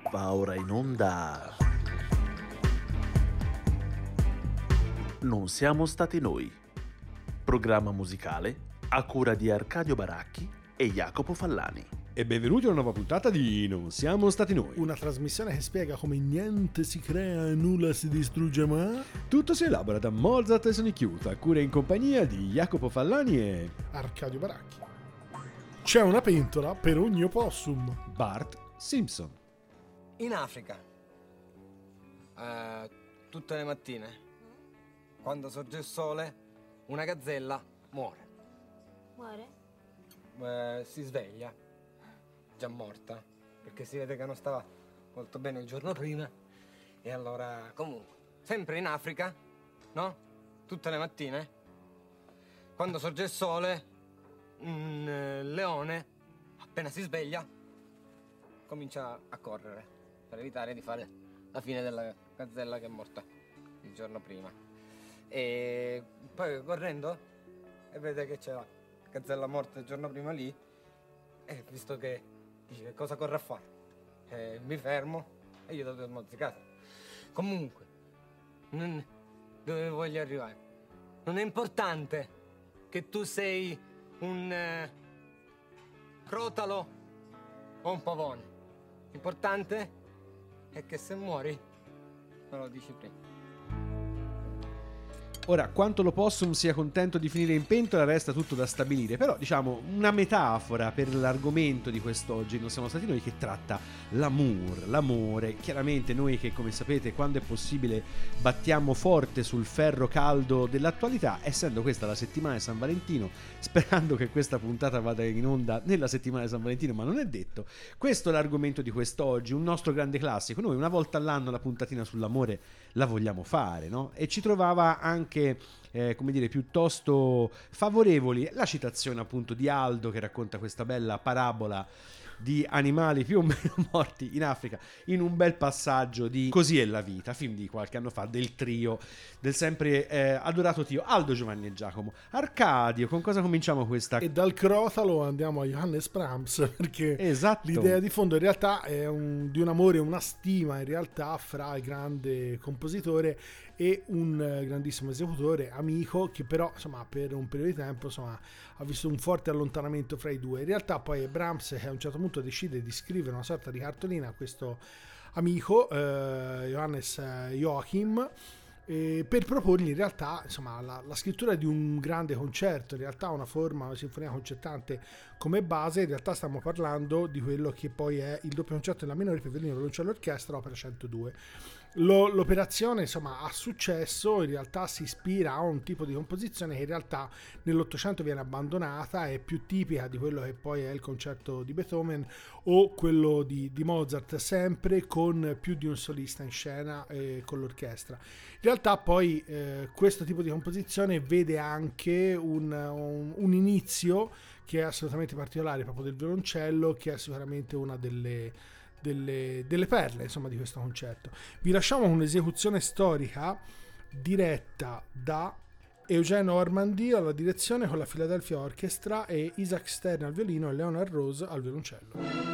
Va ora in onda. Non siamo stati noi. Programma musicale a cura di Arcadio Baracchi e Jacopo Fallani. E benvenuti a una nuova puntata di Non siamo stati noi. Una trasmissione che spiega come niente si crea e nulla si distrugge mai. Tutto si elabora da Mozart e Sonic Youth, a cura in compagnia di Jacopo Fallani e Arcadio Baracchi. C'è una pentola per ogni opossum. Bart Simpson. In Africa, tutte le mattine, quando sorge il sole, una gazzella muore. Muore? Si sveglia, già morta, perché si vede che non stava molto bene il giorno prima. E allora, comunque, sempre in Africa, no? Tutte le mattine, quando sorge il sole, un leone, appena si sveglia, comincia a correre per evitare di fare la fine della gazzella che è morta il giorno prima. E poi correndo e vede che c'è la gazzella morta il giorno prima lì, e visto che dice cosa corre a fare, mi fermo e io devo mozzicare. Comunque, dove voglio arrivare? Non è importante che tu sei un crotalo o un pavone. L'importante è che se muori me lo dici prima. Ora, quanto l'opossum sia contento di finire in pentola resta tutto da stabilire, però diciamo una metafora per l'argomento di quest'oggi Non siamo stati noi, che tratta l'amour, l'amore. Chiaramente noi che, come sapete, quando è possibile battiamo forte sul ferro caldo dell'attualità, essendo questa la settimana di San Valentino, sperando che questa puntata vada in onda nella settimana di San Valentino, ma non è detto. Questo è l'argomento di quest'oggi, un nostro grande classico. Noi una volta all'anno la puntatina sull'amore la vogliamo fare, no? E ci trovava anche come dire, piuttosto favorevoli la citazione appunto di Aldo, che racconta questa bella parabola di animali più o meno morti in Africa in un bel passaggio di Così è la vita, film di qualche anno fa, del trio del sempre adorato trio Aldo, Giovanni e Giacomo. Arcadio, con cosa cominciamo questa? E dal crotalo andiamo a Johannes Brahms, perché Esatto. l'idea di fondo in realtà è di un amore, una stima in realtà fra il grande compositore e un grandissimo esecutore, amico, che però insomma per un periodo di tempo insomma ha visto un forte allontanamento fra i due. In realtà poi Brahms, che a un certo punto decide di scrivere una sorta di cartolina a questo amico, Johannes Joachim, per proporgli in realtà insomma la scrittura di un grande concerto, in realtà una forma, una sinfonia concertante come base. In realtà stiamo parlando di quello che poi è il doppio concerto in la minore per violino, violoncello e orchestra, opera 102. L'operazione insomma ha successo, in realtà si ispira a un tipo di composizione che in realtà nell'Ottocento viene abbandonata, è più tipica di quello che poi è il concerto di Beethoven o quello di Mozart, sempre con più di un solista in scena con l'orchestra. In realtà poi questo tipo di composizione vede anche un inizio che è assolutamente particolare, proprio del violoncello, che è sicuramente una delle perle insomma di questo concerto. Vi lasciamo con un'esecuzione storica diretta da Eugene Ormandy alla direzione, con la Philadelphia Orchestra e Isaac Stern al violino e Leonard Rose al violoncello.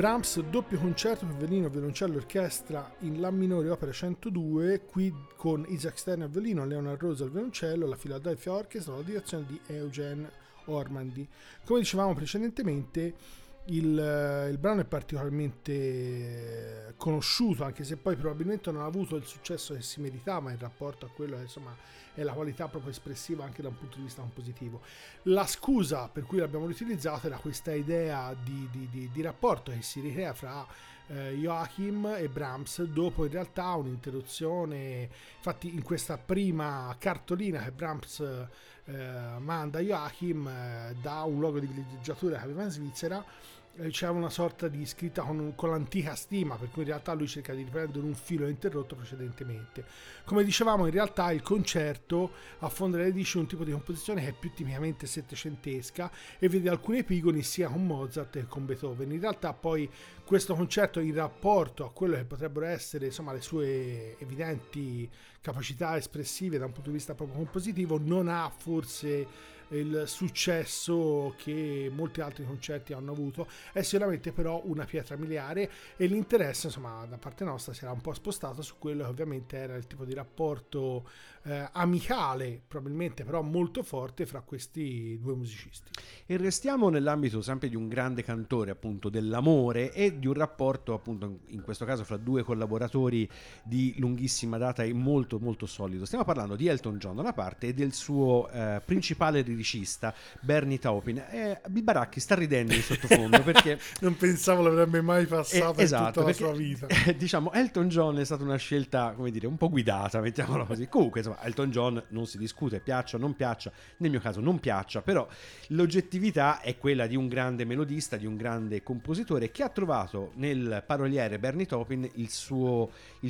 Brahms, doppio concerto per violino, violoncello, orchestra in La minore, opera 102, qui con Isaac Stern al violino, Leonard Rose al violoncello, la Philadelphia Orchestra, la direzione di Eugene Ormandy. Come dicevamo precedentemente, il brano è particolarmente conosciuto, anche se poi probabilmente non ha avuto il successo che si meritava in rapporto a quello che insomma è la qualità proprio espressiva anche da un punto di vista compositivo. La scusa per cui l'abbiamo riutilizzato era questa idea di rapporto che si ricrea fra Joachim e Brahms dopo in realtà un'interruzione. Infatti in questa prima cartolina che Brahms manda a Joachim da un luogo di villeggiatura che aveva in Svizzera c'era una sorta di scritta con l'antica stima, per cui in realtà lui cerca di riprendere un filo interrotto precedentemente. Come dicevamo, in realtà il concerto affonda le radici in un tipo di composizione che è più tipicamente settecentesca e vede alcuni epigoni sia con Mozart che con Beethoven. In realtà poi questo concerto, in rapporto a quello che potrebbero essere insomma le sue evidenti capacità espressive da un punto di vista proprio compositivo, non ha forse il successo che molti altri concerti hanno avuto. È sicuramente però una pietra miliare e l'interesse insomma da parte nostra si era un po' spostato su quello che ovviamente era il tipo di rapporto amicale, probabilmente però molto forte, fra questi due musicisti. E restiamo nell'ambito sempre di un grande cantore, appunto dell'amore, e di un rapporto appunto in questo caso fra due collaboratori di lunghissima data e molto molto solido. Stiamo parlando di Elton John da una parte e del suo principale liricista Bernie Taupin. Il Baracchi sta ridendo in sottofondo perché non pensavo l'avrebbe mai passato esatto, in tutta perché, la sua vita. Diciamo, Elton John è stata una scelta, come dire, un po' guidata, mettiamola così. Comunque insomma, Elton John non si discute, piaccia o non piaccia, nel mio caso non piaccia, però l'oggettività è quella di un grande melodista, di un grande compositore che ha trovato nel paroliere Bernie Taupin il suo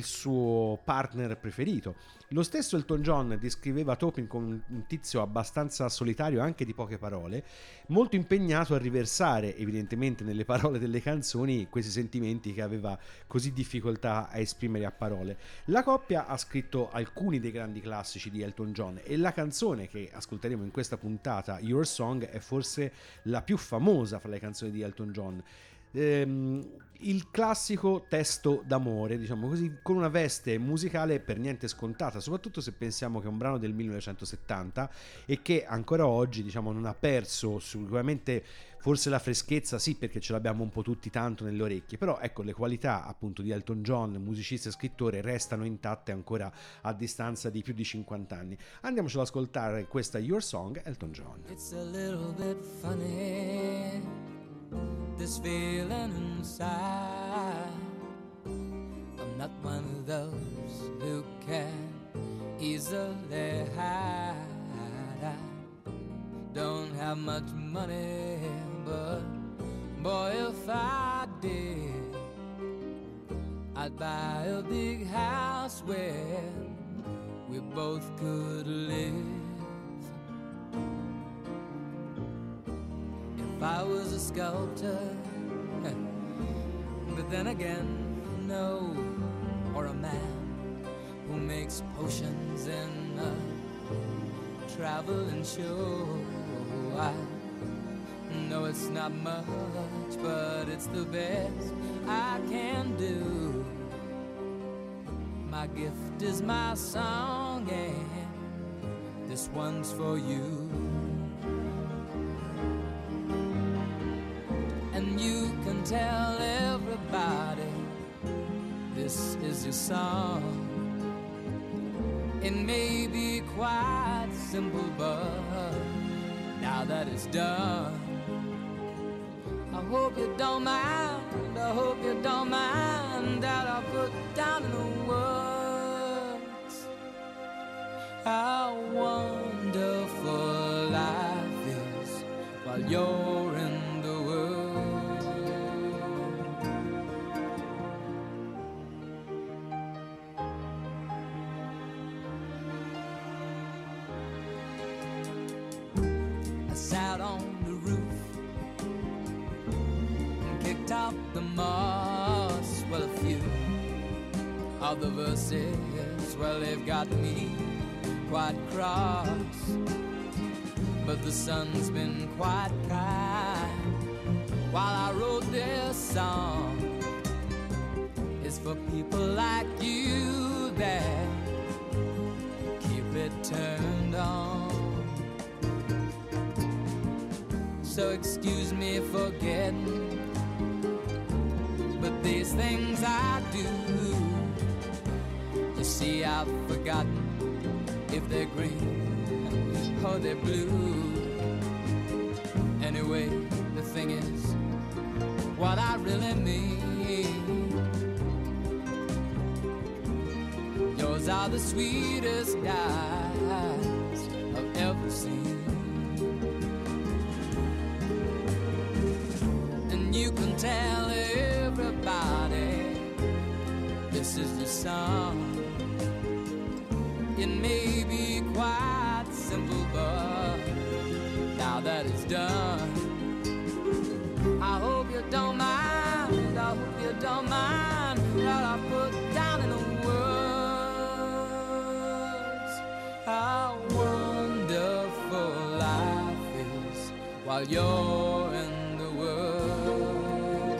partner preferito. Lo stesso Elton John descriveva Taupin come un tizio abbastanza solitario, anche di poche parole, molto impegnato a riversare evidentemente nelle parole delle canzoni questi sentimenti che aveva così difficoltà a esprimere a parole. La coppia ha scritto alcuni dei grandi classici di Elton John e la canzone che ascolteremo in questa puntata, Your Song, è forse la più famosa fra le canzoni di Elton John. Il classico testo d'amore, diciamo così, con una veste musicale per niente scontata, soprattutto se pensiamo che è un brano del 1970 e che ancora oggi, diciamo, non ha perso sicuramente, forse la freschezza sì, perché ce l'abbiamo un po' tutti tanto nelle orecchie, però ecco, le qualità appunto di Elton John, musicista e scrittore, restano intatte ancora a distanza di più di 50 anni. Andiamoci ad ascoltare questa Your Song, Elton John. It's a little bit funny, this feeling inside. I'm not one of those who can easily hide. I don't have much money, but boy, if I did, I'd buy a big house where we both could live. If I was a sculptor, but then again, no, or a man who makes potions in a traveling show. I know it's not much, but it's the best I can do. My gift is my song, and this one's for you. And you can tell everybody this is your song. It may be quite simple, but now that it's done, I hope you don't mind, I hope you don't mind that I put down in the words how wonderful life is while you're in the world. I sat on the roof and kicked out the moss. Well, a few of the verses, well, they've got me quite cross, but the sun's been quite kind while I wrote this song is for people like you that keep it turned on. So excuse me for getting, but these things I do, you see I've forgotten if they're green or they're blue. Anyway, the thing is, what I really mean, yours are the sweetest eyes I've ever seen. And you can tell everybody this is the song. It may be quite simple, but now that it's done, I hope you don't mind, I hope you don't mind what I put down in the words. How wonderful life is while you're in the world.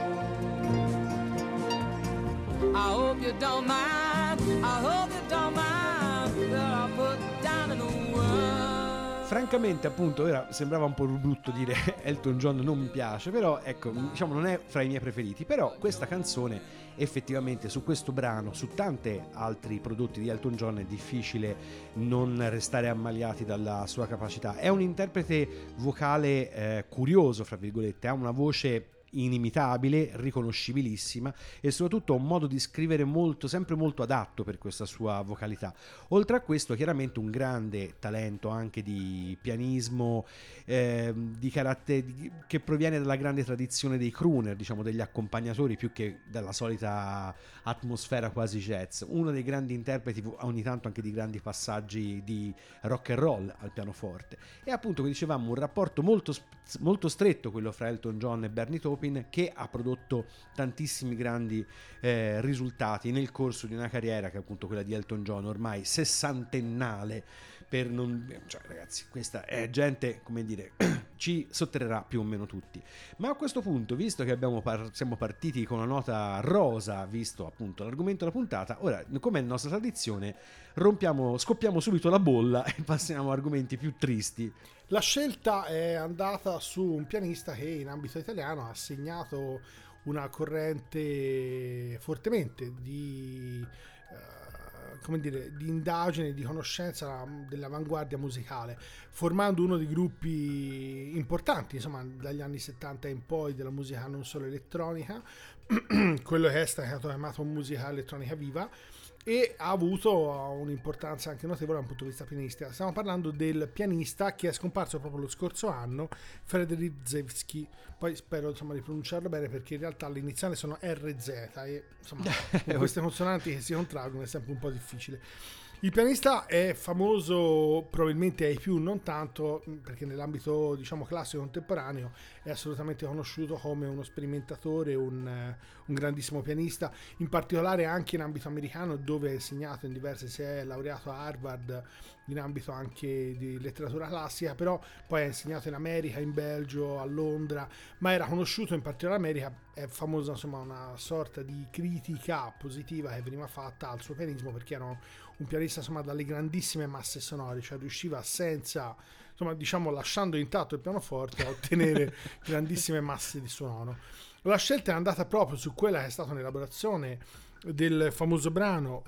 I hope you don't mind, I hope you don't mind what I put down in the words. Francamente, appunto, ora sembrava un po' brutto dire Elton John non mi piace, però ecco, diciamo non è fra i miei preferiti, però questa canzone effettivamente, su questo brano, su tanti altri prodotti di Elton John, è difficile non restare ammaliati dalla sua capacità. È un interprete vocale curioso, fra virgolette, ha una voce inimitabile, riconoscibilissima e soprattutto un modo di scrivere molto, sempre molto adatto per questa sua vocalità. Oltre a questo, chiaramente un grande talento anche di pianismo, di carattere che proviene dalla grande tradizione dei crooner, diciamo degli accompagnatori, più che dalla solita atmosfera quasi jazz. Uno dei grandi interpreti, ogni tanto anche di grandi passaggi di rock and roll al pianoforte. E appunto, come dicevamo, un rapporto molto, molto stretto quello fra Elton John e Bernie Taupin, che ha prodotto tantissimi grandi risultati nel corso di una carriera che è appunto quella di Elton John, ormai sessantennale, per non, cioè ragazzi, questa è gente, come dire, ci sotterrerà più o meno tutti. Ma a questo punto, visto che siamo partiti con una nota rosa, visto appunto l'argomento della puntata, ora, come è nostra tradizione, scoppiamo subito la bolla e passiamo a argomenti più tristi. La scelta è andata su un pianista che in ambito italiano ha segnato una corrente fortemente di indagine, di conoscenza dell'avanguardia musicale, formando uno dei gruppi importanti, insomma, dagli anni 70 in poi, della musica non solo elettronica, quello che è stato chiamato musica elettronica viva, e ha avuto un'importanza anche notevole dal punto di vista pianistica. Stiamo parlando del pianista che è scomparso proprio lo scorso anno, Frederic Rzewski. Poi spero, insomma, di pronunciarlo bene, perché in realtà le iniziali sono RZ e insomma con queste consonanti che si contraggono è sempre un po' difficile. Il pianista è famoso probabilmente ai più, non tanto, perché nell'ambito, diciamo, classico contemporaneo è assolutamente conosciuto come uno sperimentatore, un grandissimo pianista, in particolare anche in ambito americano, dove ha insegnato in diverse, si è laureato a Harvard in ambito anche di letteratura classica, però poi ha insegnato in America, in Belgio, a Londra, ma era conosciuto in particolare in America. È famosa, insomma, una sorta di critica positiva che veniva fatta al suo pianismo, perché era un pianista, insomma, dalle grandissime masse sonore, cioè riusciva senza, insomma, diciamo, lasciando intatto il pianoforte, a ottenere grandissime masse di suono. La scelta è andata proprio su quella che è stata un'elaborazione del famoso brano,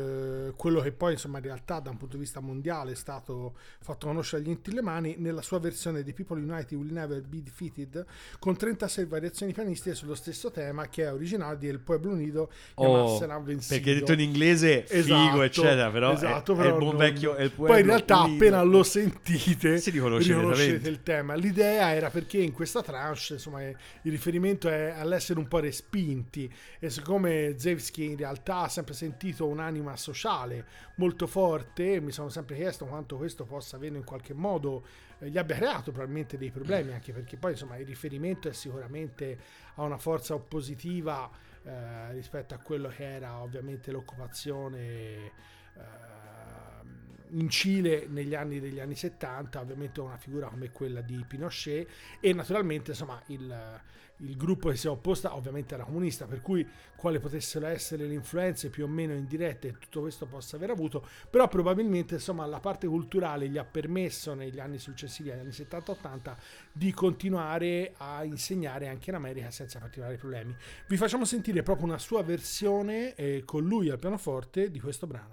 quello che poi, insomma, in realtà da un punto di vista mondiale è stato fatto conoscere agli intillemani nella sua versione di People United Will Never Be Defeated, con 36 variazioni pianistiche sullo stesso tema, che è originale di El Pueblo Unido, Será Vencido. Perché detto in inglese figo, esatto, eccetera, però esatto, è il buon vecchio El Pueblo. Poi in realtà Unido, appena lo sentite si riconoscete il tema. L'idea era perché in questa tranche, insomma, il riferimento è all'essere un po' respinti, e siccome Rzewski in realtà ha sempre sentito un'anima sociale molto forte, mi sono sempre chiesto quanto questo possa avere in qualche modo gli abbia creato probabilmente dei problemi, anche perché poi, insomma, il riferimento è sicuramente a una forza oppositiva rispetto a quello che era ovviamente l'occupazione in Cile negli anni 70, ovviamente una figura come quella di Pinochet, e naturalmente insomma il gruppo che si è opposta ovviamente era comunista, per cui quali potessero essere le influenze più o meno indirette tutto questo possa aver avuto, però probabilmente insomma la parte culturale gli ha permesso negli anni successivi, agli anni 70-80, di continuare a insegnare anche in America senza particolari problemi. Vi facciamo sentire proprio una sua versione con lui al pianoforte di questo brano.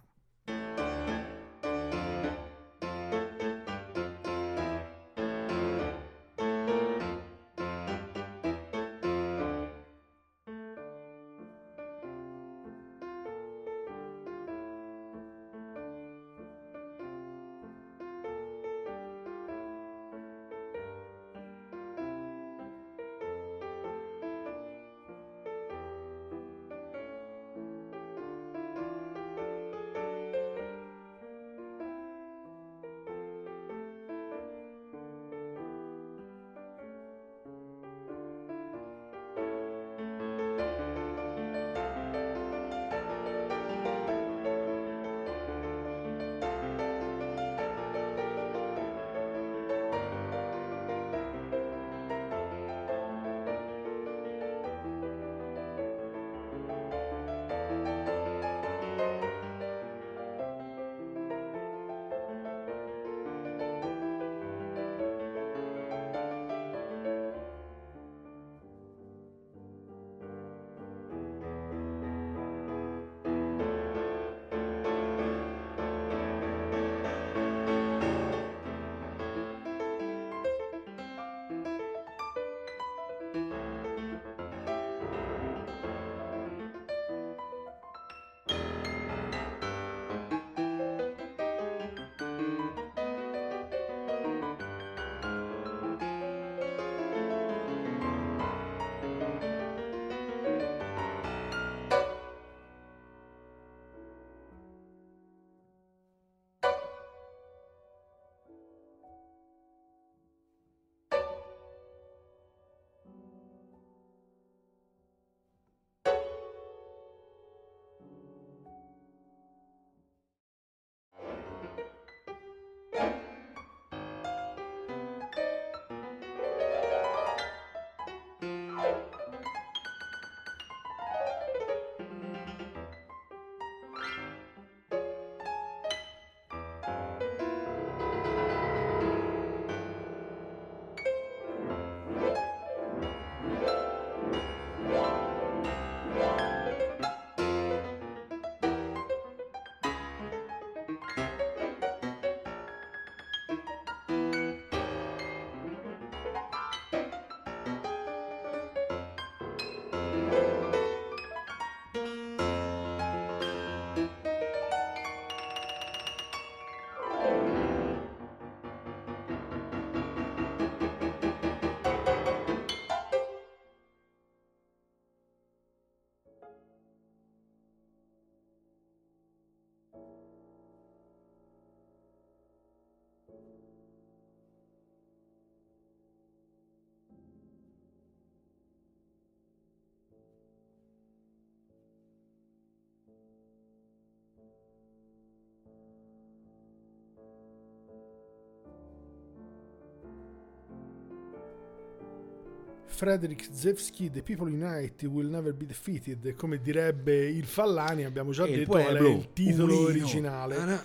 Frederick Rzewski, The People United Will Never Be Defeated, come direbbe il Fallani, abbiamo già detto qual è il titolo originale.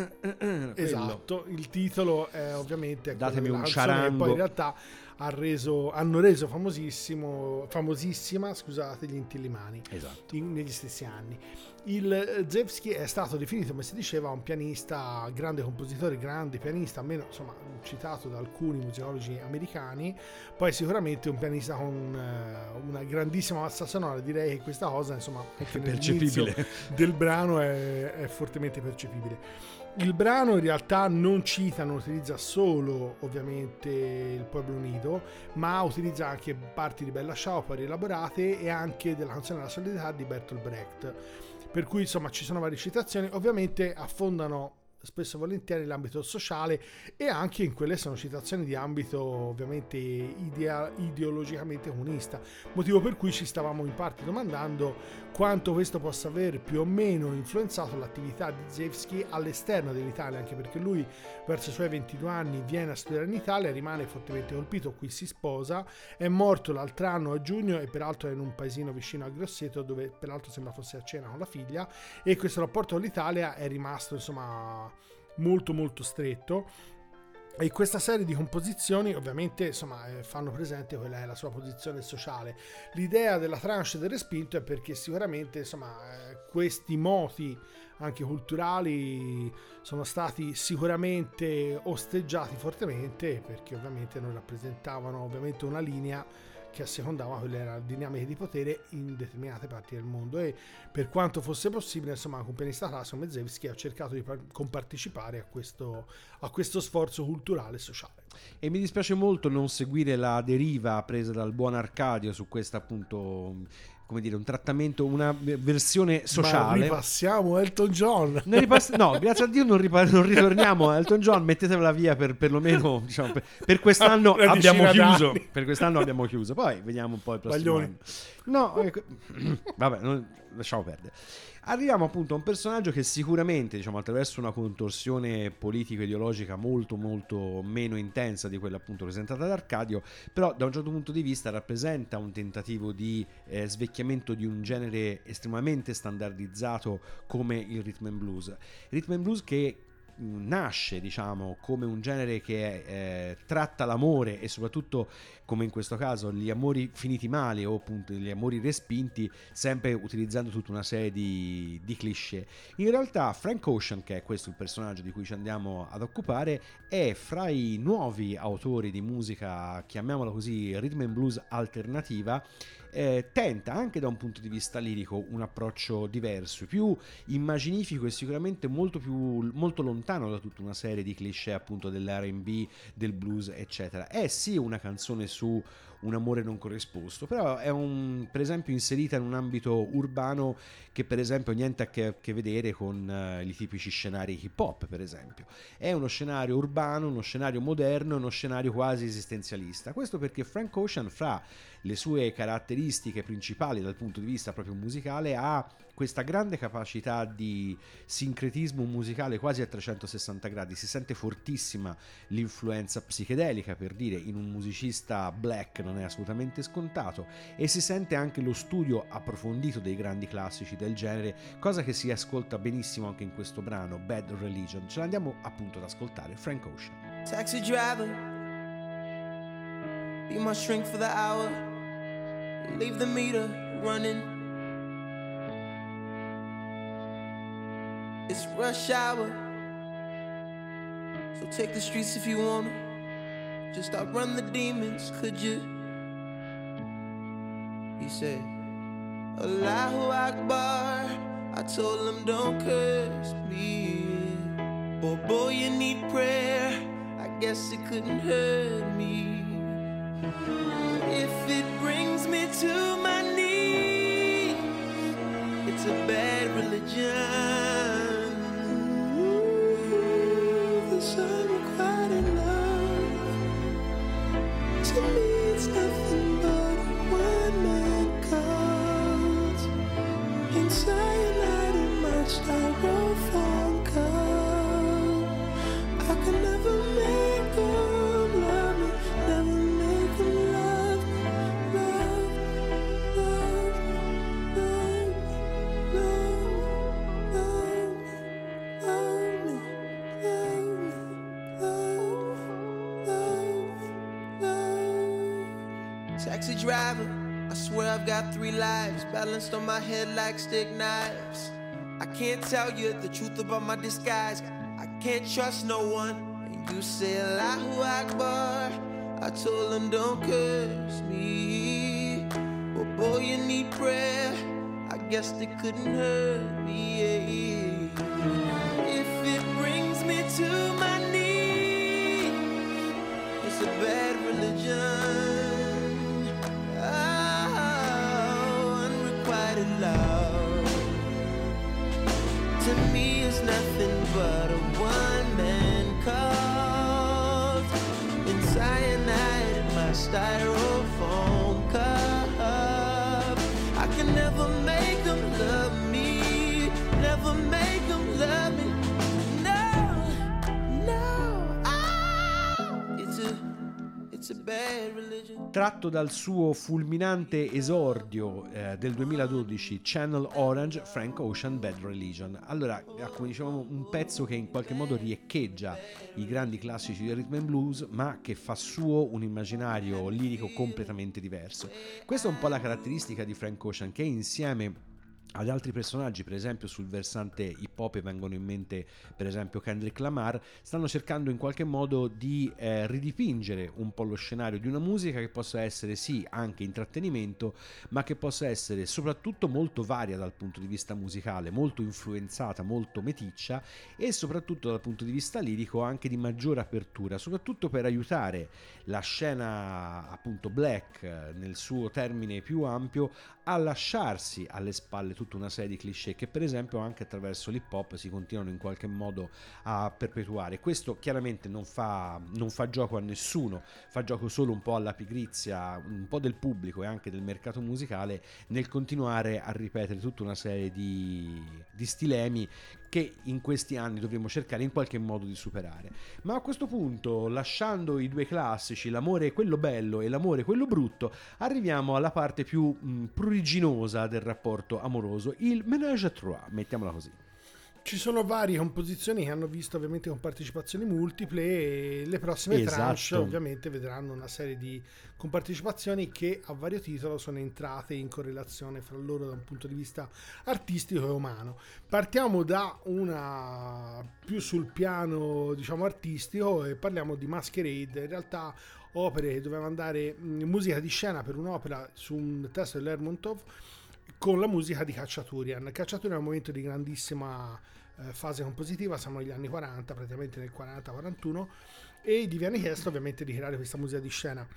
Esatto, il titolo è ovviamente datemi un canzone che ciarango. poi in realtà hanno reso famosissima, scusate, gli Inti-Illimani, Esatto. negli stessi anni. Il Rzewski è stato definito, come si diceva, un pianista, grande compositore, grande pianista, almeno insomma citato da alcuni musicologi americani. Poi sicuramente un pianista con una grandissima massa sonora. Direi che questa cosa insomma anche percepibile del brano è fortemente percepibile. Il brano in realtà non utilizza solo ovviamente il Pueblo Unido, ma utilizza anche parti di Bella Ciao poi rielaborate e anche della canzone della solidarietà di Bertolt Brecht. Per cui insomma ci sono varie citazioni, ovviamente affondano spesso e volentieri l'ambito sociale e anche in quelle sono citazioni di ambito ovviamente ideologicamente comunista, motivo per cui ci stavamo in parte domandando quanto questo possa aver più o meno influenzato l'attività di Zevsky all'esterno dell'Italia, anche perché lui verso i suoi 22 anni viene a studiare in Italia, rimane fortemente colpito, qui si sposa, è morto l'altro anno a giugno e peraltro è in un paesino vicino a Grosseto, dove peraltro sembra fosse a cena con la figlia, e questo rapporto con l'Italia è rimasto insomma molto molto stretto. E questa serie di composizioni ovviamente insomma fanno presente quella è la sua posizione sociale. L'idea della tranche del respinto è perché sicuramente insomma questi moti anche culturali sono stati sicuramente osteggiati fortemente, perché ovviamente non rappresentavano ovviamente una linea che assecondava quelle erano dinamiche di potere in determinate parti del mondo, e per quanto fosse possibile insomma la compianista classica come Zevsky ha cercato di compartecipare a questo sforzo culturale e sociale. E mi dispiace molto non seguire la deriva presa dal buon Arcadio su questa appunto, come dire, un trattamento, una versione sociale. Ma ripassiamo Elton John. No, grazie a Dio non ritorniamo a Elton John, mettetela via perlomeno diciamo, per quest'anno abbiamo chiuso. Per quest'anno abbiamo chiuso, poi vediamo un po' il prossimo anno. No, ecco, vabbè, lasciamo perdere. Arriviamo appunto a un personaggio che sicuramente, diciamo, attraverso una contorsione politico-ideologica molto molto meno intensa di quella appunto presentata da Arcadio, però da un certo punto di vista rappresenta un tentativo di svecchiamento di un genere estremamente standardizzato come il rhythm and blues. Rhythm and blues che nasce, diciamo, come un genere che tratta l'amore e soprattutto, come in questo caso, gli amori finiti male o appunto gli amori respinti, sempre utilizzando tutta una serie di cliché. In realtà Frank Ocean, che è questo il personaggio di cui ci andiamo ad occupare, è fra i nuovi autori di musica, chiamiamola così, rhythm and blues alternativa. Tenta anche da un punto di vista lirico un approccio diverso, più immaginifico e sicuramente molto lontano da tutta una serie di cliché appunto dell'R&B, del blues eccetera. È sì una canzone su un amore non corrisposto, però è per esempio inserita in un ambito urbano che per esempio niente a che vedere con i tipici scenari hip hop, per esempio. È uno scenario urbano, uno scenario moderno, uno scenario quasi esistenzialista. Questo perché Frank Ocean, fra le sue caratteristiche principali dal punto di vista proprio musicale, ha questa grande capacità di sincretismo musicale quasi a 360 gradi. Si sente fortissima l'influenza psichedelica, per dire, in un musicista black non è assolutamente scontato, e si sente anche lo studio approfondito dei grandi classici del genere, cosa che si ascolta benissimo anche in questo brano Bad Religion. Ce l'andiamo appunto ad ascoltare, Frank Ocean. Taxi driver, be my shrink for the hour, leave the meter running. It's rush hour, so take the streets if you wanna. Just outrun the demons, could you? He said, Allahu Akbar. I told him don't curse me. Oh boy, you need prayer. I guess it couldn't hurt me. If it brings me to my knees, it's a bad religion. Unrequited love, to me it's nothing but a one-man cult. In cyanide and much styrofoam cup. I could never make them love me, never make them love me, Taxi driver, I swear I've got 3 lives balanced on my head like stick knives. I can't tell you the truth about my disguise. I can't trust no one. And you say Allahu Akbar. I told him don't curse me. Oh boy, you need prayer. I guess they couldn't hurt me. If it brings me to my knees, it's a bad religion. Love to me is nothing but a one-man cult. And cyanide in my styrofoam cup. I can never make them love me, never make them love me. It's a bad religion. Tratto dal suo fulminante esordio del 2012, Channel Orange, Frank Ocean, Bad Religion. Allora, come dicevamo, un pezzo che in qualche modo riecheggia i grandi classici del rhythm and blues, ma che fa suo un immaginario lirico completamente diverso. Questa è un po' la caratteristica di Frank Ocean, che insieme ad altri personaggi, per esempio sul versante hip hop, e vengono in mente per esempio Kendrick Lamar, stanno cercando in qualche modo di ridipingere un po' lo scenario di una musica che possa essere sì anche intrattenimento, ma che possa essere soprattutto molto varia dal punto di vista musicale, molto influenzata, molto meticcia, e soprattutto dal punto di vista lirico anche di maggiore apertura, soprattutto per aiutare la scena appunto black nel suo termine più ampio a lasciarsi alle spalle tutta una serie di cliché che per esempio anche attraverso l'hip hop si continuano in qualche modo a perpetuare. Questo chiaramente non fa gioco a nessuno, fa gioco solo un po' alla pigrizia, un po' del pubblico e anche del mercato musicale nel continuare a ripetere tutta una serie di stilemi che in questi anni dovremmo cercare in qualche modo di superare. Ma a questo punto, lasciando i due classici, l'amore quello bello e l'amore quello brutto, arriviamo alla parte più pruriginosa del rapporto amoroso, il ménage à trois, mettiamola così. Ci sono varie composizioni che hanno visto ovviamente con partecipazioni multiple, e le prossime tranche ovviamente vedranno una serie di compartecipazioni che a vario titolo sono entrate in correlazione fra loro da un punto di vista artistico e umano. Partiamo da una più sul piano diciamo artistico e parliamo di Masquerade. In realtà opere che dovevano andare in musica di scena per un'opera su un testo di Lermontov con la musica di Khachaturian. Khachaturian è un momento di grandissima fase compositiva, siamo negli anni 40, praticamente nel 40-41, e gli viene chiesto ovviamente di creare questa musica di scena.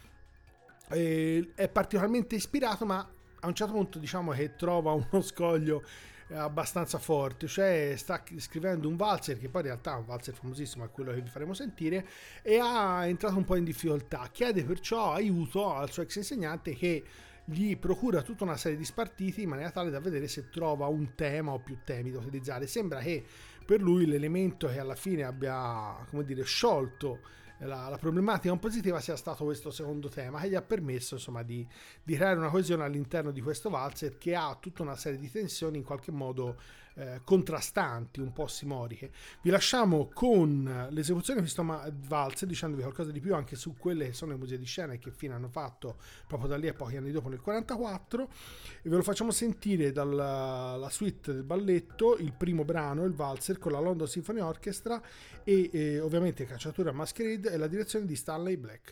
È particolarmente ispirato, ma a un certo punto diciamo che trova uno scoglio abbastanza forte, cioè sta scrivendo un valzer che poi in realtà è un valzer famosissimo, è quello che vi faremo sentire, e è entrato un po' in difficoltà. Chiede perciò aiuto al suo ex insegnante che gli procura tutta una serie di spartiti in maniera tale da vedere se trova un tema o più temi da utilizzare. Sembra che per lui l'elemento che alla fine abbia, come dire, sciolto la problematica compositiva sia stato questo secondo tema, che gli ha permesso insomma di creare una coesione all'interno di questo valzer che ha tutta una serie di tensioni in qualche modo contrastanti, un po' simoriche. Vi lasciamo con l'esecuzione di questo valzer dicendovi qualcosa di più anche su quelle che sono le musiche di scena e che fine hanno fatto proprio da lì a pochi anni dopo nel 44, e ve lo facciamo sentire dalla suite del balletto, il primo brano, il valzer, con la London Symphony Orchestra e ovviamente Cacciatura Masquerade e la direzione di Stanley Black.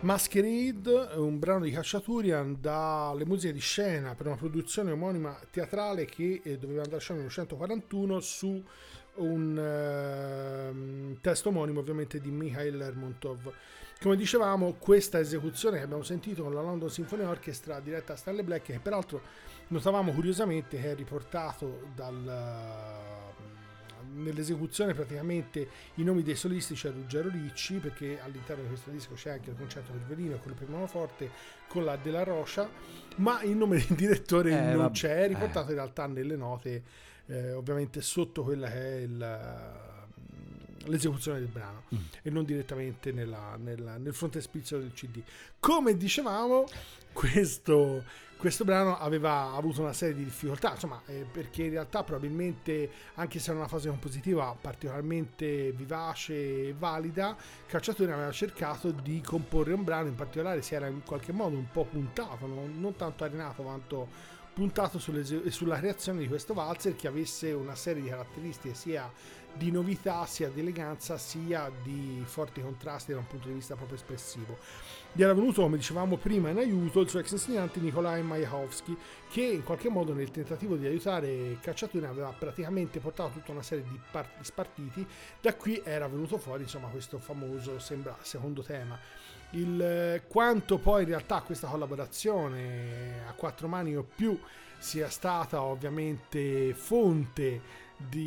Masquerade, un brano di Khachaturian dalle musiche di scena per una produzione omonima teatrale che doveva andare a scena nel 1941 su un testo omonimo ovviamente di Mikhail Lermontov. Come dicevamo, questa esecuzione che abbiamo sentito con la London Symphony Orchestra diretta a Stanley Black, che peraltro notavamo curiosamente che è riportato nell'esecuzione praticamente i nomi dei solisti, c'è Ruggero Ricci, perché all'interno di questo disco c'è anche il concerto per violino e quello per pianoforte con la Della Rocha, ma il nome del direttore non c'è, è riportato in realtà nelle note, ovviamente sotto quella che è l'esecuzione del brano e non direttamente nel frontespizio del CD. Come dicevamo, questo brano aveva avuto una serie di difficoltà, insomma, perché in realtà probabilmente, anche se era una fase compositiva particolarmente vivace e valida, Khachaturian aveva cercato di comporre un brano, in particolare si era in qualche modo un po' puntato, non tanto arenato quanto puntato sulla creazione di questo valzer che avesse una serie di caratteristiche sia di novità, sia di eleganza, sia di forti contrasti da un punto di vista proprio espressivo. Gli era venuto, come dicevamo prima, in aiuto il suo ex insegnante Nikolai Mayakovsky, che in qualche modo nel tentativo di aiutare Khachaturian aveva praticamente portato tutta una serie di spartiti. Da qui era venuto fuori, insomma, questo famoso secondo tema. Quanto poi in realtà questa collaborazione a quattro mani o più sia stata ovviamente fonte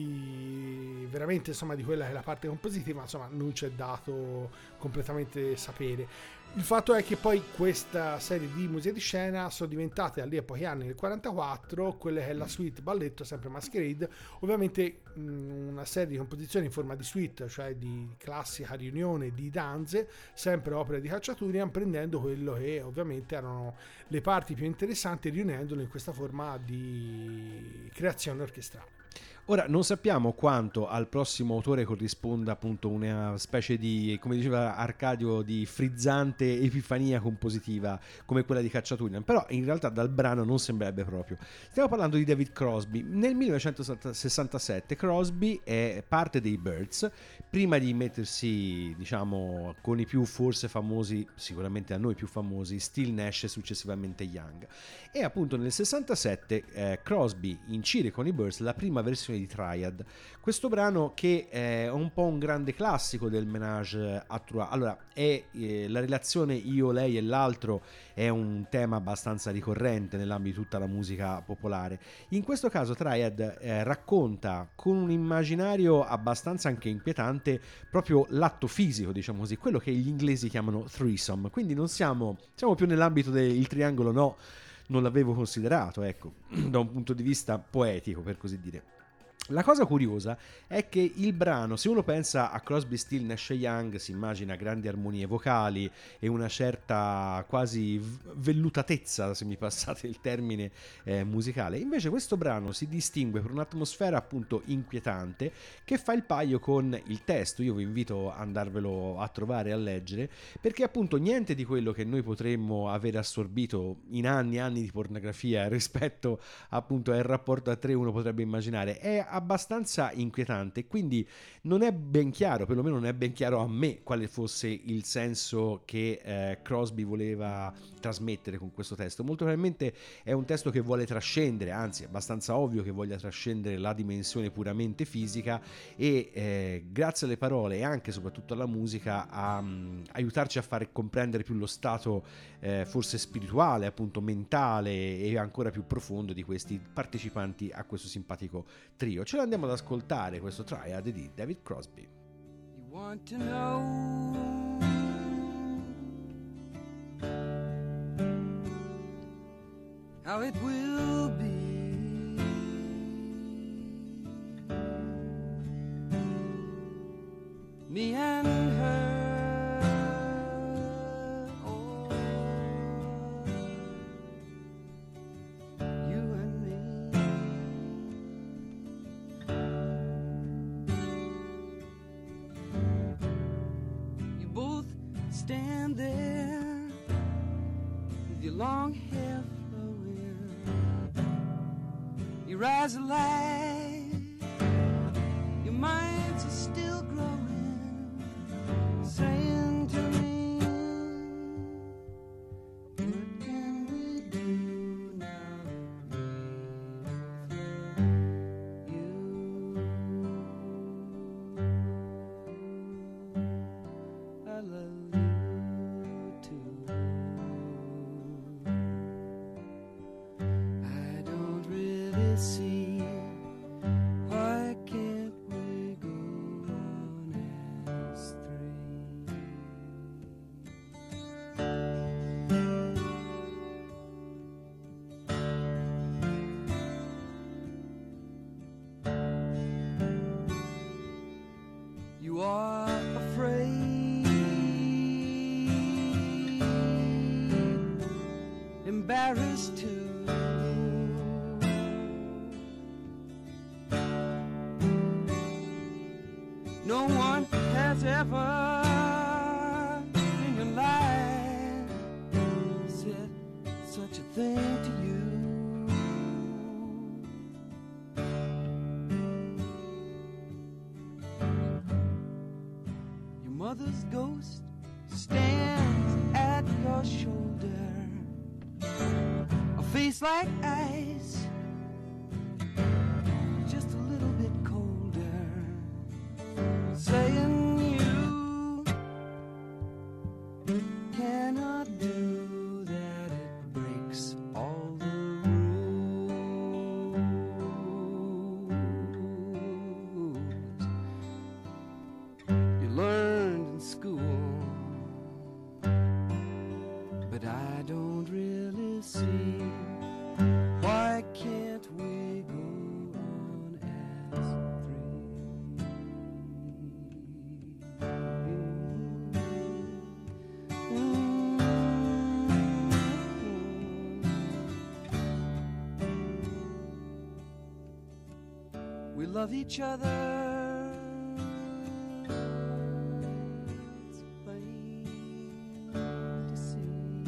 di veramente, insomma, di quella che è la parte compositiva, insomma, non c'è dato completamente sapere. Il fatto è che poi questa serie di musiche di scena sono diventate lì a pochi anni, nel 1944, quella che è la suite balletto, sempre Masquerade, ovviamente una serie di composizioni in forma di suite, cioè di classica riunione di danze, sempre opere di Khachaturian, prendendo quello che ovviamente erano le parti più interessanti e riunendolo in questa forma di creazione orchestrale. Ora, non sappiamo quanto al prossimo autore corrisponda appunto una specie di, come diceva Arcadio, di frizzante epifania compositiva come quella di Khachaturian, però in realtà dal brano non sembrerebbe proprio. Stiamo parlando di David Crosby. Nel 1967 Crosby è parte dei Byrds, prima di mettersi, diciamo, con i più forse famosi, sicuramente a noi più famosi, Steele Nash e successivamente Young. E appunto nel 67 Crosby incide con i Byrds la prima versione di Triad, questo brano che è un po' un grande classico del ménage à trois. Allora, è la relazione io, lei e l'altro è un tema abbastanza ricorrente nell'ambito di tutta la musica popolare. In questo caso Triad racconta con un immaginario abbastanza anche inquietante proprio l'atto fisico, diciamo così, quello che gli inglesi chiamano threesome, quindi non siamo più nell'ambito del triangolo, no, non l'avevo considerato, ecco, da un punto di vista poetico, per così dire. La cosa curiosa è che il brano, se uno pensa a Crosby, Steele, Nash & Young, si immagina grandi armonie vocali e una certa quasi vellutatezza, se mi passate il termine musicale. Invece questo brano si distingue per un'atmosfera appunto inquietante che fa il paio con il testo. Io vi invito ad andarvelo a trovare e a leggere, perché appunto niente di quello che noi potremmo aver assorbito in anni e anni di pornografia rispetto appunto al rapporto a tre uno potrebbe immaginare. È abbastanza inquietante, quindi non è ben chiaro, perlomeno non è ben chiaro a me, quale fosse il senso che Crosby voleva trasmettere con questo testo. Molto probabilmente è un testo che vuole trascendere, anzi è abbastanza ovvio che voglia trascendere la dimensione puramente fisica e grazie alle parole e anche e soprattutto alla musica a aiutarci a fare comprendere più lo stato forse spirituale, appunto mentale e ancora più profondo di questi partecipanti a questo simpatico trio. Ce l'andiamo ad ascoltare, questo Triad di David Crosby. You want to know how it will be. Me and her, oh, you and me. You both stand there with your long hair flowing, your eyes are light, your minds are still growing, saying to me, really see? Why can't we go on as three? You are afraid, embarrassed too. No one has ever in your life said such a thing to you. Your mother's ghost stands at your shoulder, a face like ice, just a little bit colder, saying you cannot do that. It breaks all the rules you learned in school, but I don't really see. Why can't we go on as three? We love each other. It's plain to see.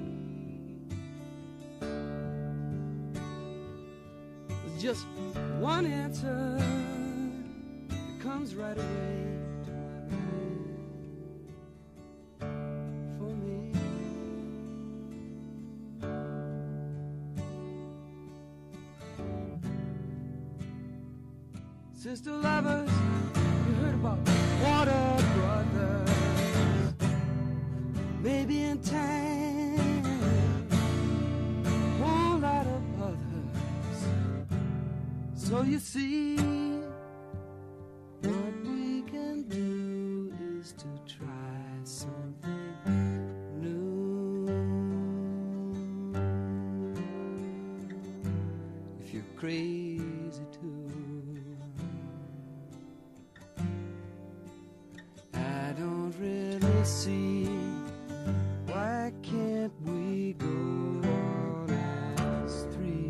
There's just one answer that comes right away to my mind. For me, sister lovers, you heard about water brothers. Maybe in time, whole lot of others. So you see, what we can do is to try something new. If you're crazy too, I don't really see. Why can't we go on as three?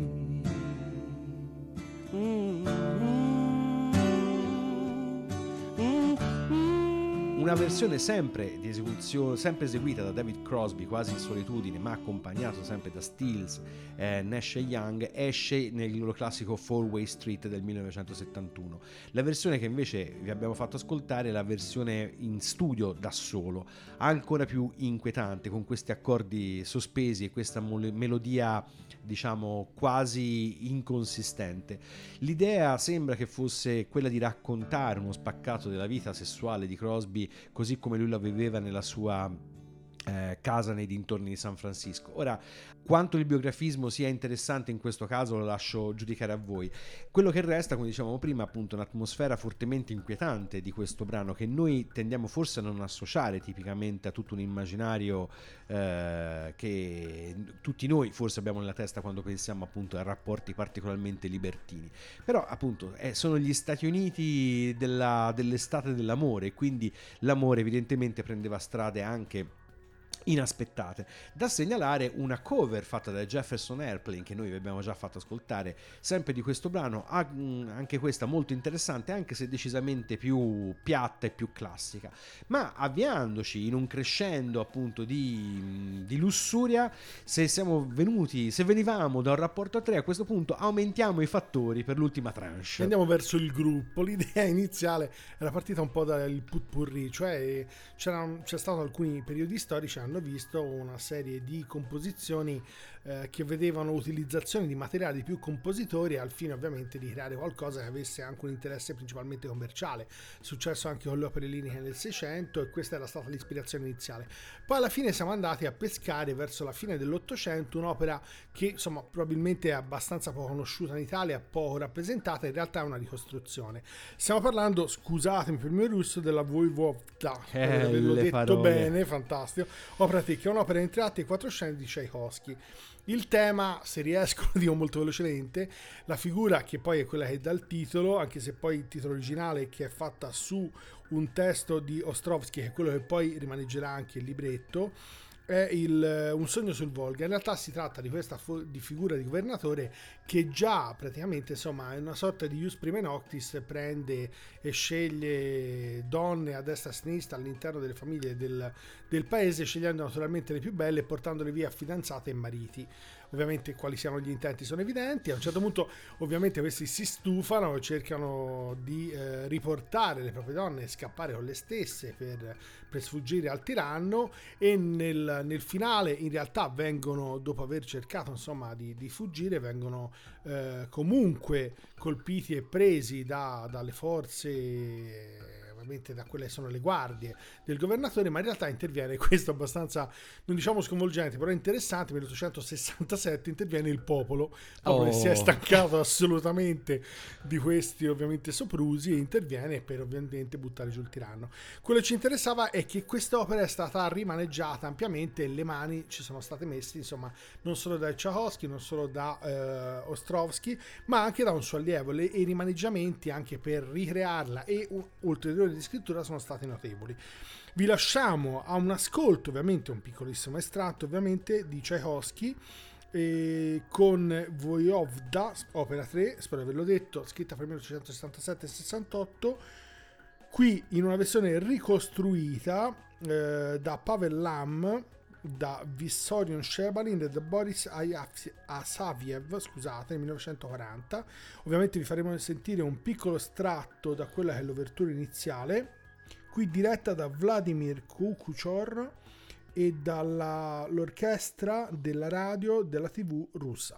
Una versione sempre di esecuzione, sempre eseguita da David Crosby, quasi in solitudine, ma accompagnato sempre da Stills, Nash e Young, esce nel loro classico Four Way Street del 1971. La versione che invece vi abbiamo fatto ascoltare è la versione in studio da solo, ancora più inquietante, con questi accordi sospesi e questa melodia, diciamo, quasi inconsistente. L'idea sembra che fosse quella di raccontare uno spaccato della vita sessuale di Crosby così come lui la viveva nella sua casa nei dintorni di San Francisco. Ora, quanto il biografismo sia interessante in questo caso lo lascio giudicare a voi. Quello che resta, come dicevamo prima, appunto un'atmosfera fortemente inquietante di questo brano, che noi tendiamo forse a non associare tipicamente a tutto un immaginario che tutti noi forse abbiamo nella testa quando pensiamo appunto a rapporti particolarmente libertini. Però appunto sono gli Stati Uniti dell'estate dell'amore, quindi l'amore evidentemente prendeva strade anche inaspettate. Da segnalare una cover fatta da Jefferson Airplane, che noi vi abbiamo già fatto ascoltare, sempre di questo brano, anche questa molto interessante, anche se decisamente più piatta e più classica, ma avviandoci in un crescendo appunto di lussuria. Se venivamo da un rapporto a 3, a questo punto aumentiamo i fattori per l'ultima tranche. Andiamo verso il gruppo. L'idea iniziale era partita un po' dal putpurri, cioè c'è stato alcuni periodi storici, hanno hanno visto una serie di composizioni che vedevano utilizzazione di materiali di più compositori al fine ovviamente di creare qualcosa che avesse anche un interesse principalmente commerciale. È successo anche con le opere liriche nel 600 e questa era stata l'ispirazione iniziale. Poi alla fine siamo andati a pescare verso la fine dell'800 un'opera che insomma probabilmente è abbastanza poco conosciuta in Italia, poco rappresentata, in realtà è una ricostruzione. Stiamo parlando, scusatemi per il mio russo, della Voivodka, averlo detto parole. bene, fantastico, opera che è un'opera in 3 atti e 4 scene di Tchaikovsky. Il tema, se riesco, dico molto velocemente, la figura che poi è quella che dà il titolo, anche se poi il titolo originale che è fatta su un testo di Ostrovsky, che è quello che poi rimaneggerà anche il libretto, è Un sogno sul Volga. In realtà si tratta di questa di figura di governatore che già praticamente insomma è una sorta di ius prima noctis, prende e sceglie donne a destra e a sinistra all'interno delle famiglie del paese, scegliendo naturalmente le più belle e portandole via fidanzate e mariti. Ovviamente quali siano gli intenti sono evidenti. A un certo punto ovviamente questi si stufano e cercano di riportare le proprie donne e scappare con le stesse per sfuggire al tiranno, e nel finale in realtà vengono, dopo aver cercato insomma di fuggire, vengono comunque colpiti e presi dalle forze, ovviamente da quelle che sono le guardie del governatore, ma in realtà interviene, questo abbastanza, non diciamo sconvolgente, però interessante, nel 1867 interviene il popolo che si è stancato assolutamente di questi ovviamente soprusi, e interviene per ovviamente buttare giù il tiranno. Quello che ci interessava è che quest'opera è stata rimaneggiata ampiamente e le mani ci sono state messe insomma non solo da Tchaikovsky, non solo da Ostrovsky, ma anche da un suo allievo, e i rimaneggiamenti anche per ricrearla e ulteriori di scrittura sono stati notevoli. Vi lasciamo a un ascolto, ovviamente un piccolissimo estratto ovviamente di Tchaikovsky con Voivodka, opera 3, spero di averlo detto, scritta fra il 1867 e 68, qui in una versione ricostruita da Pavel Lam, da Vissarion Shebalin e da Boris Asaviev, scusate, nel 1940. Ovviamente vi faremo sentire un piccolo estratto da quella che è l'ouverture iniziale, qui diretta da Vladimir Kukuchor e dall'orchestra della radio della TV russa.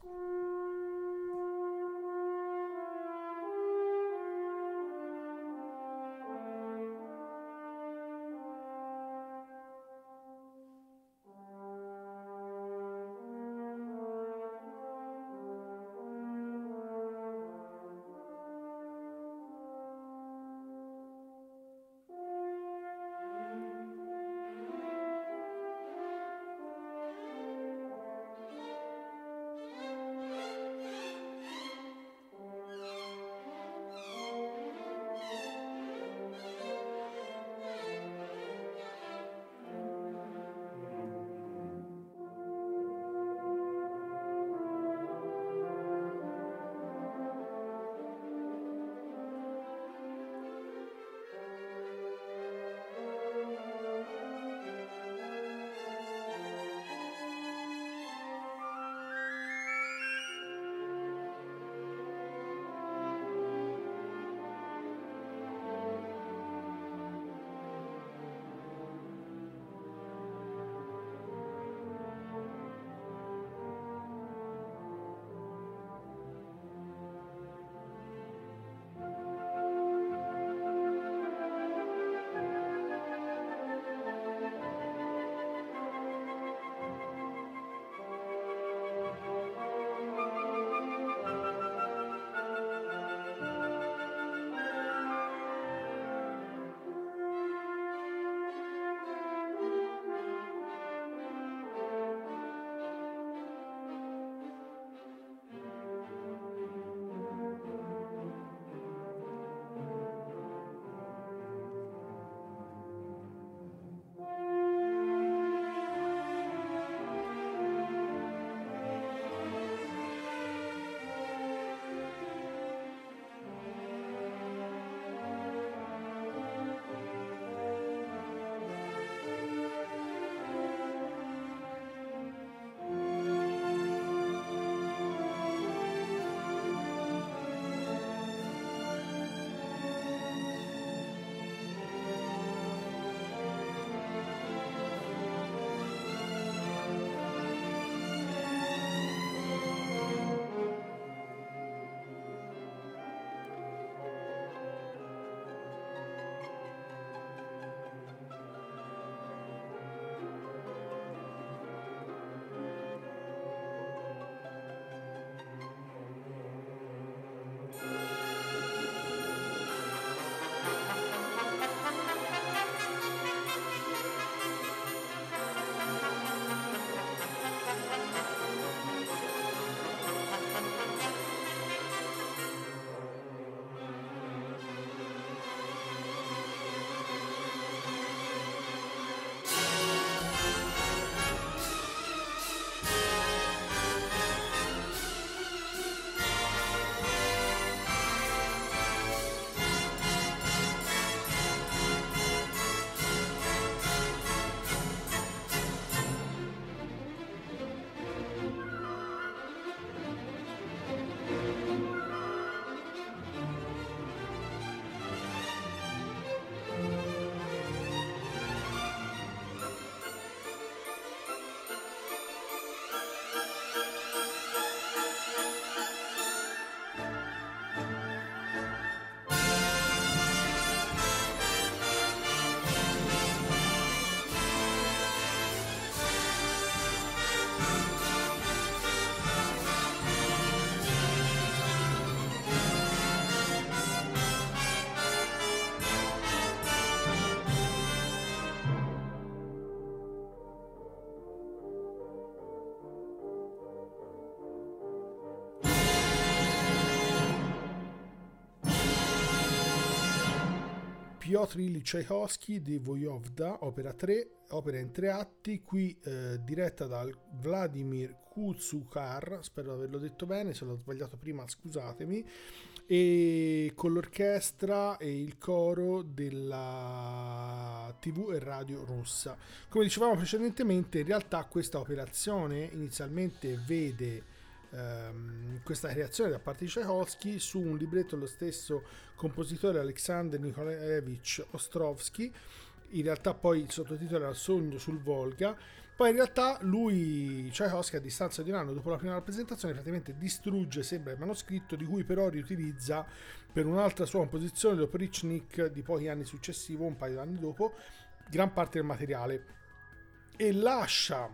Piotr Ilyich Tchaikovsky di Voyovda, opera in 3 atti, qui diretta da Vladimir Kuzukar, spero di averlo detto bene, se l'ho sbagliato prima scusatemi, e con l'orchestra e il coro della TV e radio russa. Come dicevamo precedentemente, in realtà questa operazione inizialmente vede questa creazione da parte di Tchaikovsky su un libretto dello stesso compositore Alexander Nikolaevich Ostrovsky. In realtà poi il sottotitolo era Sogno sul Volga. Poi in realtà lui, Tchaikovsky, a distanza di un anno dopo la prima rappresentazione, praticamente distrugge, sembra, il manoscritto, di cui però riutilizza per un'altra sua composizione, l'Oprichnik, di pochi anni successivo, un paio di anni dopo, gran parte del materiale, e lascia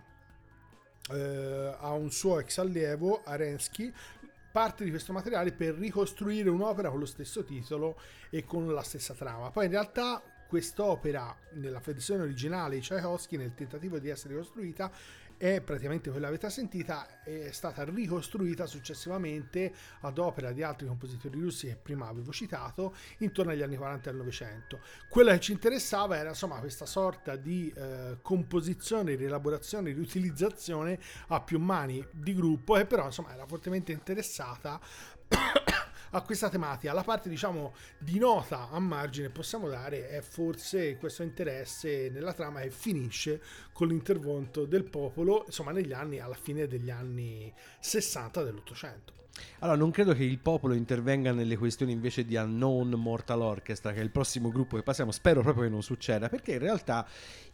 a un suo ex allievo, Arensky, parte di questo materiale per ricostruire un'opera con lo stesso titolo e con la stessa trama. Poi in realtà quest'opera, nella versione originale di Tchaikovsky, nel tentativo di essere ricostruita, è praticamente quella che avete sentita, è stata ricostruita successivamente ad opera di altri compositori russi che prima avevo citato, intorno agli anni 40 del Novecento. Quella che ci interessava era insomma questa sorta di composizione, rielaborazione, riutilizzazione a più mani di gruppo, che però insomma era fortemente interessata a questa tematica. La parte diciamo di nota a margine possiamo dare è forse questo interesse nella trama che finisce con l'intervento del popolo, insomma negli anni, alla fine degli anni 60 dell'Ottocento. Allora, non credo che il popolo intervenga nelle questioni invece di Unknown Mortal Orchestra, che è il prossimo gruppo che passiamo. Spero proprio che non succeda, perché in realtà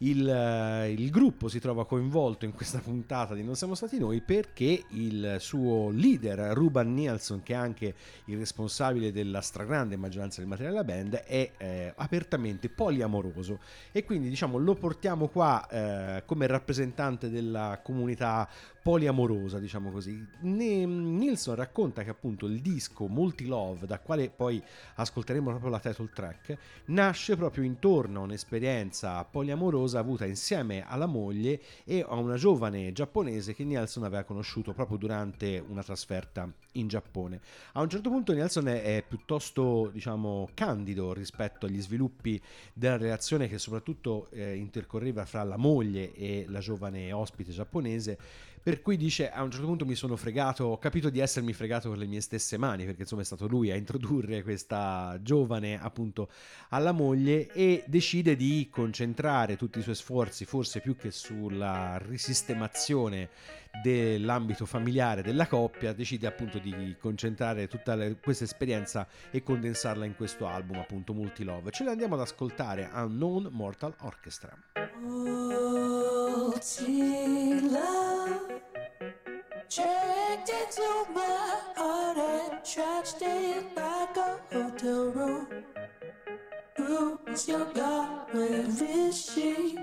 il gruppo si trova coinvolto in questa puntata di Non siamo stati noi perché il suo leader Ruben Nielsen, che è anche il responsabile della stragrande maggioranza del materiale della band, è apertamente poliamoroso, e quindi diciamo lo portiamo qua come rappresentante della comunità poliamorosa, diciamo così. Nilsson racconta che appunto il disco Multi Love, da quale poi ascolteremo proprio la title track, nasce proprio intorno a un'esperienza poliamorosa avuta insieme alla moglie e a una giovane giapponese che Nilsson aveva conosciuto proprio durante una trasferta in Giappone. A un certo punto Nilsson è piuttosto, diciamo, candido rispetto agli sviluppi della relazione che soprattutto intercorreva fra la moglie e la giovane ospite giapponese, per cui dice: a un certo punto mi sono fregato, ho capito di essermi fregato con le mie stesse mani, perché insomma è stato lui a introdurre questa giovane appunto alla moglie, e decide di concentrare tutti i suoi sforzi, forse più che sulla risistemazione dell'ambito familiare della coppia, decide appunto di concentrare tutta questa esperienza e condensarla in questo album appunto Multi Love. Ce l'andiamo ad ascoltare a Unknown Mortal Orchestra. Multi Love checked into my heart and trashed it like a hotel room. Who is your God? Where is she?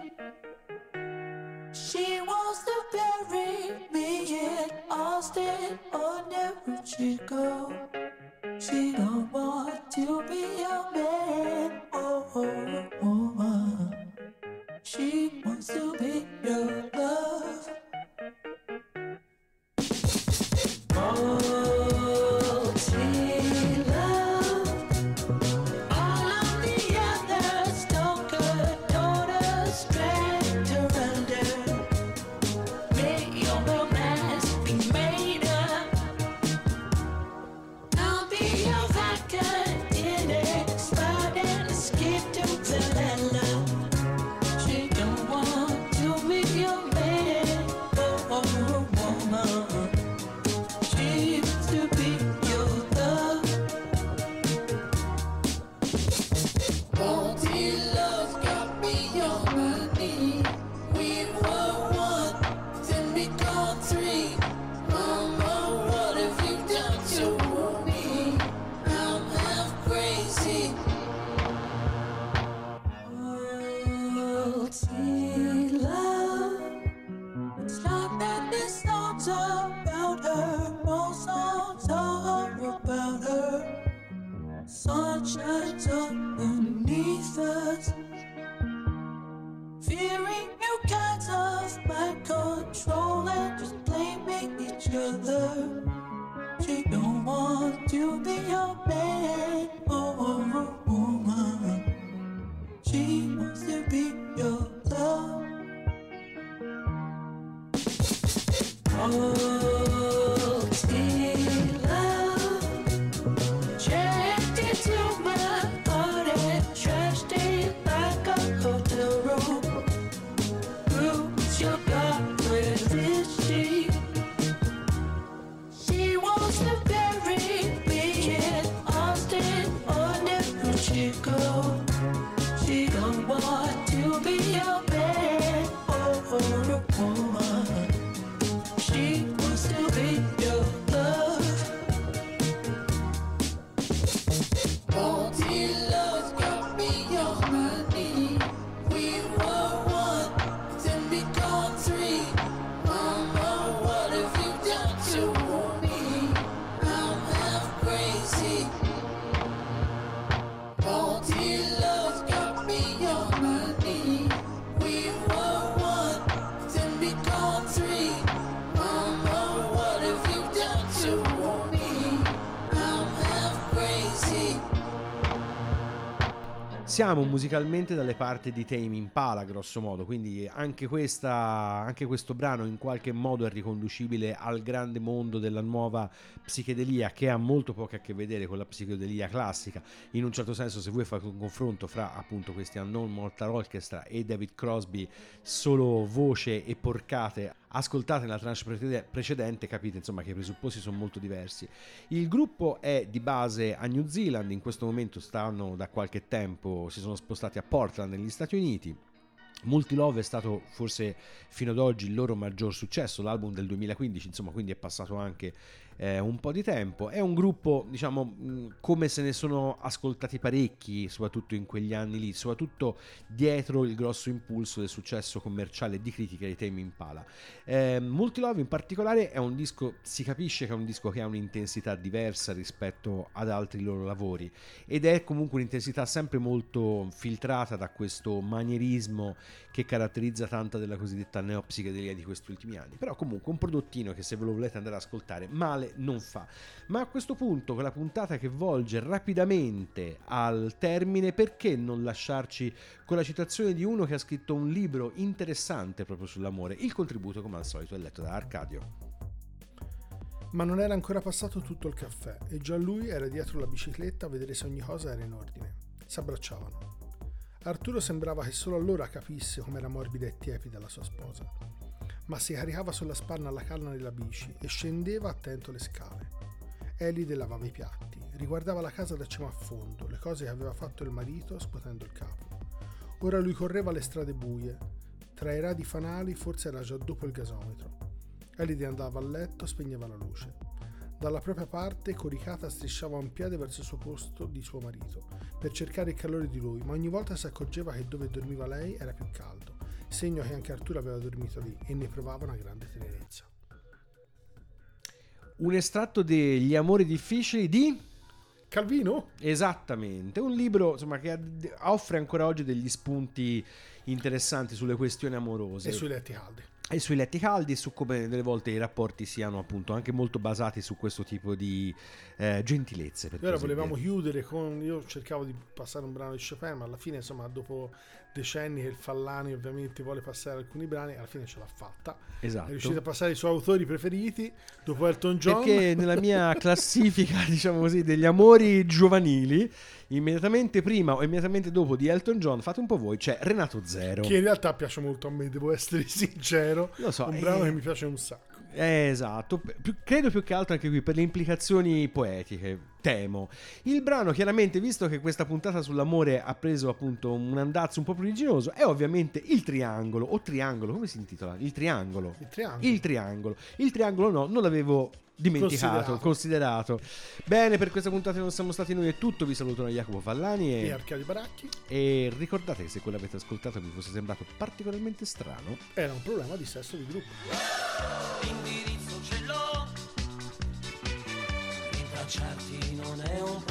She wants to bury me in Austin or New Chicago. She don't want to be a man or woman. She wants to be your love. siamo musicalmente dalle parti di Tame Impala, grosso modo, quindi anche questo brano in qualche modo è riconducibile al grande mondo della nuova psichedelia, che ha molto poco a che vedere con la psichedelia classica. In un certo senso, se voi fate un confronto fra appunto questi Unknown Mortal Orchestra e David Crosby, solo voce e porcate ascoltate nella tranche precedente, capite insomma che i presupposti sono molto diversi. Il gruppo è di base a New Zealand, in questo momento stanno da qualche tempo, si sono spostati a Portland negli Stati Uniti. Multilove è stato forse fino ad oggi il loro maggior successo, l'album del 2015, insomma, quindi è passato anche un po' di tempo. È un gruppo, diciamo, come se ne sono ascoltati parecchi, soprattutto in quegli anni lì, soprattutto dietro il grosso impulso del successo commerciale e di critica di Tame Impala. Multilove in particolare è un disco, si capisce che è un disco che ha un'intensità diversa rispetto ad altri loro lavori, ed è comunque un'intensità sempre molto filtrata da questo manierismo che caratterizza tanta della cosiddetta neopsichedelia di questi ultimi anni. Però comunque un prodottino che, se ve lo volete andare ad ascoltare, male non fa. Ma a questo punto, con la puntata che volge rapidamente al termine, perché non lasciarci con la citazione di uno che ha scritto un libro interessante proprio sull'amore? Il contributo, come al solito, è letto da Arcadio. Ma non era ancora passato tutto il caffè e già lui era dietro la bicicletta a vedere se ogni cosa era in ordine. S'abbracciavano. Arturo sembrava che solo allora capisse com'era morbida e tiepida la sua sposa, ma si caricava sulla spanna alla canna della bici e scendeva attento le scale. Elide lavava i piatti, riguardava la casa da cima a fondo, le cose che aveva fatto il marito scuotendo il capo. Ora lui correva le strade buie, tra i radi fanali forse era già dopo il gasometro. Elide andava a letto, spegneva la luce. Dalla propria parte, coricata, strisciava un piede verso il suo posto di suo marito, per cercare il calore di lui, ma ogni volta si accorgeva che dove dormiva lei era più caldo, segno che anche Arturo aveva dormito lì e ne provava una grande tenerezza. Un estratto degli amori difficili di Calvino? Esattamente, un libro insomma che offre ancora oggi degli spunti interessanti sulle questioni amorose E sui letti caldi. E sui letti caldi, su come delle volte i rapporti siano appunto anche molto basati su questo tipo di gentilezze. Per Ora così volevamo dire. chiudere con, io cercavo di passare un brano di Chopin, ma alla fine insomma dopo decenni che il Fallani ovviamente vuole passare alcuni brani, alla fine ce l'ha fatta. Esatto. È riuscito a passare i suoi autori preferiti dopo Elton John. Perché nella mia classifica, diciamo così, degli amori giovanili, immediatamente prima o immediatamente dopo di Elton John, fate un po' voi, c'è Renato Zero. Che in realtà piace molto a me, devo essere sincero. Lo so, un brano che mi piace un sacco. Esatto, credo più che altro anche qui per le implicazioni poetiche, temo. Il brano, chiaramente, visto che questa puntata sull'amore ha preso appunto un andazzo un po' pruriginoso, è ovviamente Il Triangolo, o Triangolo, come si intitola? Il Triangolo. Il Triangolo no, non l'avevo dimenticato, considerato. Bene, per questa puntata non siamo stati noi, è tutto. Vi salutano Jacopo Fallani e Arcadio Baracchi. E ricordate che se quello avete ascoltato vi fosse sembrato particolarmente strano, era un problema di sesso di gruppo. L'indirizzo ce l'ho, rintracciarti non è un